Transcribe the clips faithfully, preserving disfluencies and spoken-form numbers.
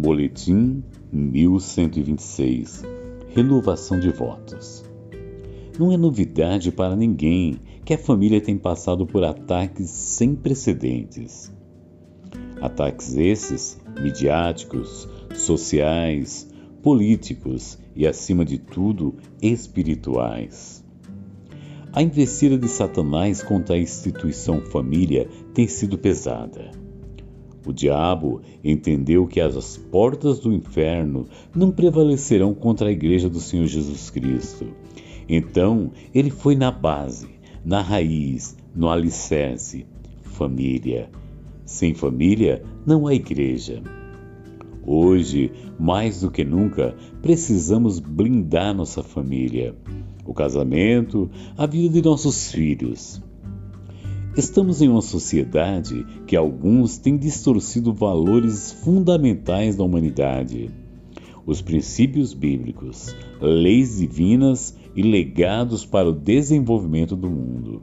Boletim mil cento e vinte e seis. Renovação de votos. Não é novidade para ninguém que a família tem passado por ataques sem precedentes. Ataques esses midiáticos, sociais, políticos e, acima de tudo, espirituais. A investida de Satanás contra a instituição família tem sido pesada. O diabo entendeu que as portas do inferno não prevalecerão contra a igreja do Senhor Jesus Cristo. Então, ele foi na base, na raiz, no alicerce, família. Sem família, não há igreja. Hoje, mais do que nunca, precisamos blindar nossa família, o casamento, a vida de nossos filhos. Estamos em uma sociedade que alguns têm distorcido valores fundamentais da humanidade, os princípios bíblicos, leis divinas e legados para o desenvolvimento do mundo.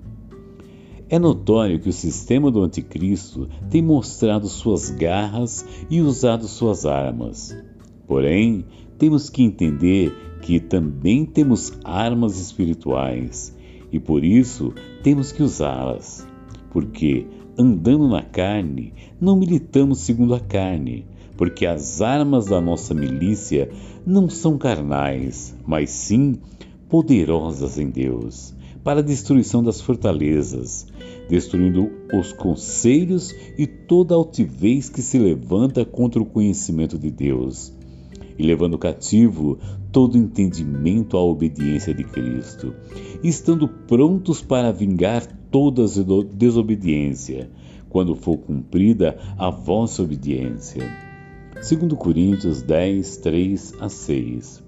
É notório que o sistema do anticristo tem mostrado suas garras e usado suas armas. Porém, temos que entender que também temos armas espirituais e por isso temos que usá-las. Porque, andando na carne, não militamos segundo a carne, porque as armas da nossa milícia não são carnais, mas sim poderosas em Deus, para a destruição das fortalezas, destruindo os conselhos e toda altivez que se levanta contra o conhecimento de Deus, e levando cativo todo entendimento à obediência de Cristo, e estando prontos para vingar toda desobediência, quando for cumprida a vossa obediência. Segundo Coríntios dez, três a seis.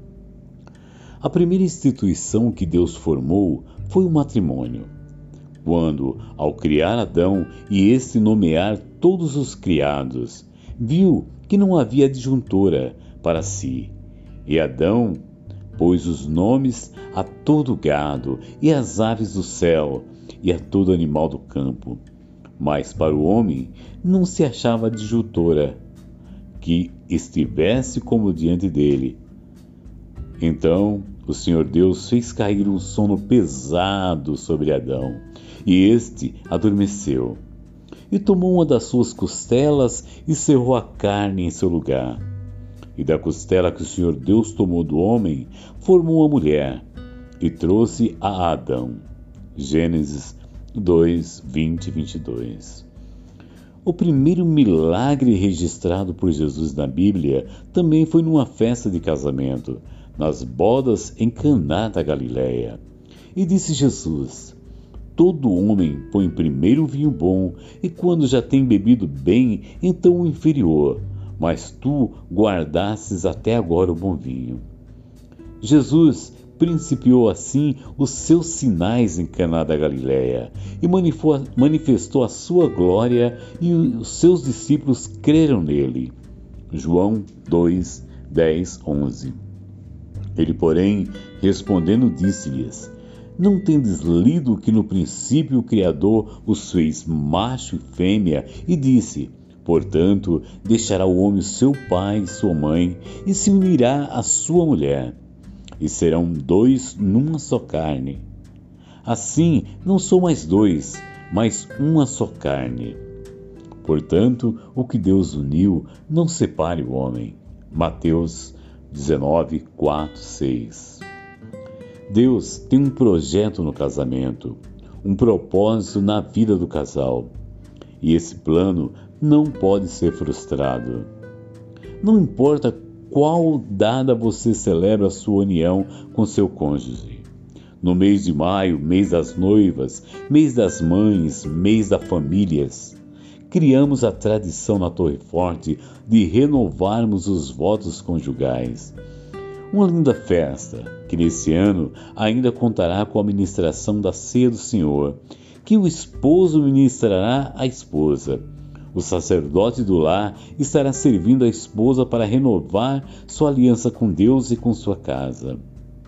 A primeira instituição que Deus formou foi o matrimônio, quando, ao criar Adão e este nomear todos os criados, viu que não havia adjuntora para si, e Adão pôs os nomes a todo gado e às aves do céu e a todo animal do campo. Mas para o homem não se achava adjuntora que estivesse como diante dele. Então o Senhor Deus fez cair um sono pesado sobre Adão, e este adormeceu. E tomou uma das suas costelas e cerrou a carne em seu lugar. E da costela que o Senhor Deus tomou do homem, formou uma mulher, e trouxe a Adão. Gênesis dois, vinte e vinte e dois. O primeiro milagre registrado por Jesus na Bíblia também foi numa festa de casamento, nas bodas em Caná da Galileia. E disse Jesus: todo homem põe primeiro o vinho bom, e quando já tem bebido bem, então o inferior, mas tu guardastes até agora o bom vinho. Jesus principiou assim os seus sinais em Caná da Galileia e manifestou a sua glória, e os seus discípulos creram nele. João dois, dez, onze. Ele, porém, respondendo, disse-lhes: não tendes lido que no princípio o Criador os fez macho e fêmea, e disse: portanto, deixará o homem seu pai e sua mãe, e se unirá à sua mulher, e serão dois numa só carne. Assim, não são mais dois, mas uma só carne. Portanto, o que Deus uniu, não separe o homem. Mateus dezenove, quatro, seis. Deus tem um projeto no casamento, um propósito na vida do casal, e esse plano não pode ser frustrado. Não importa qual data você celebra a sua união com seu cônjuge. No mês de maio, mês das noivas, mês das mães, mês das famílias, criamos a tradição na Torre Forte de renovarmos os votos conjugais. Uma linda festa, que nesse ano ainda contará com a ministração da Ceia do Senhor, que o esposo ministrará à esposa. O sacerdote do lar estará servindo a esposa para renovar sua aliança com Deus e com sua casa.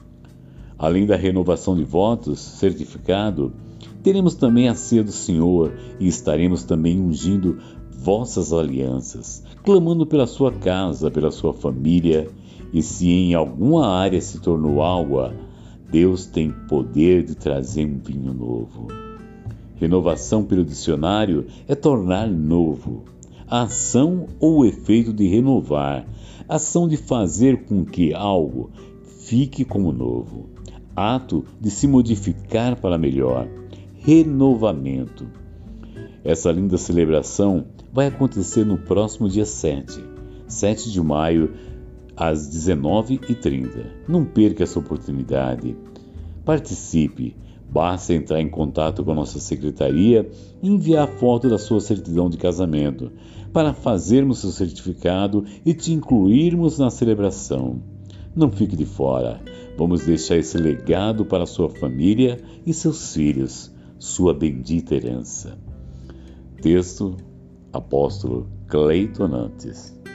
Além da renovação de votos, certificado, teremos também a ceia do Senhor e estaremos também ungindo vossas alianças, clamando pela sua casa, pela sua família, e se em alguma área se tornou água, Deus tem poder de trazer um vinho novo. Renovação pelo dicionário é tornar novo. A ação ou o efeito de renovar, ação de fazer com que algo fique como novo, ato de se modificar para melhor, renovamento. Essa linda celebração vai acontecer no próximo dia sete, sete de maio, às dezenove e trinta. Não perca essa oportunidade. Participe. Basta entrar em contato com a nossa secretaria e enviar a foto da sua certidão de casamento para fazermos seu certificado e te incluirmos na celebração. Não fique de fora. Vamos deixar esse legado para sua família e seus filhos, sua bendita herança. Texto, Apóstolo Cleiton Nantes.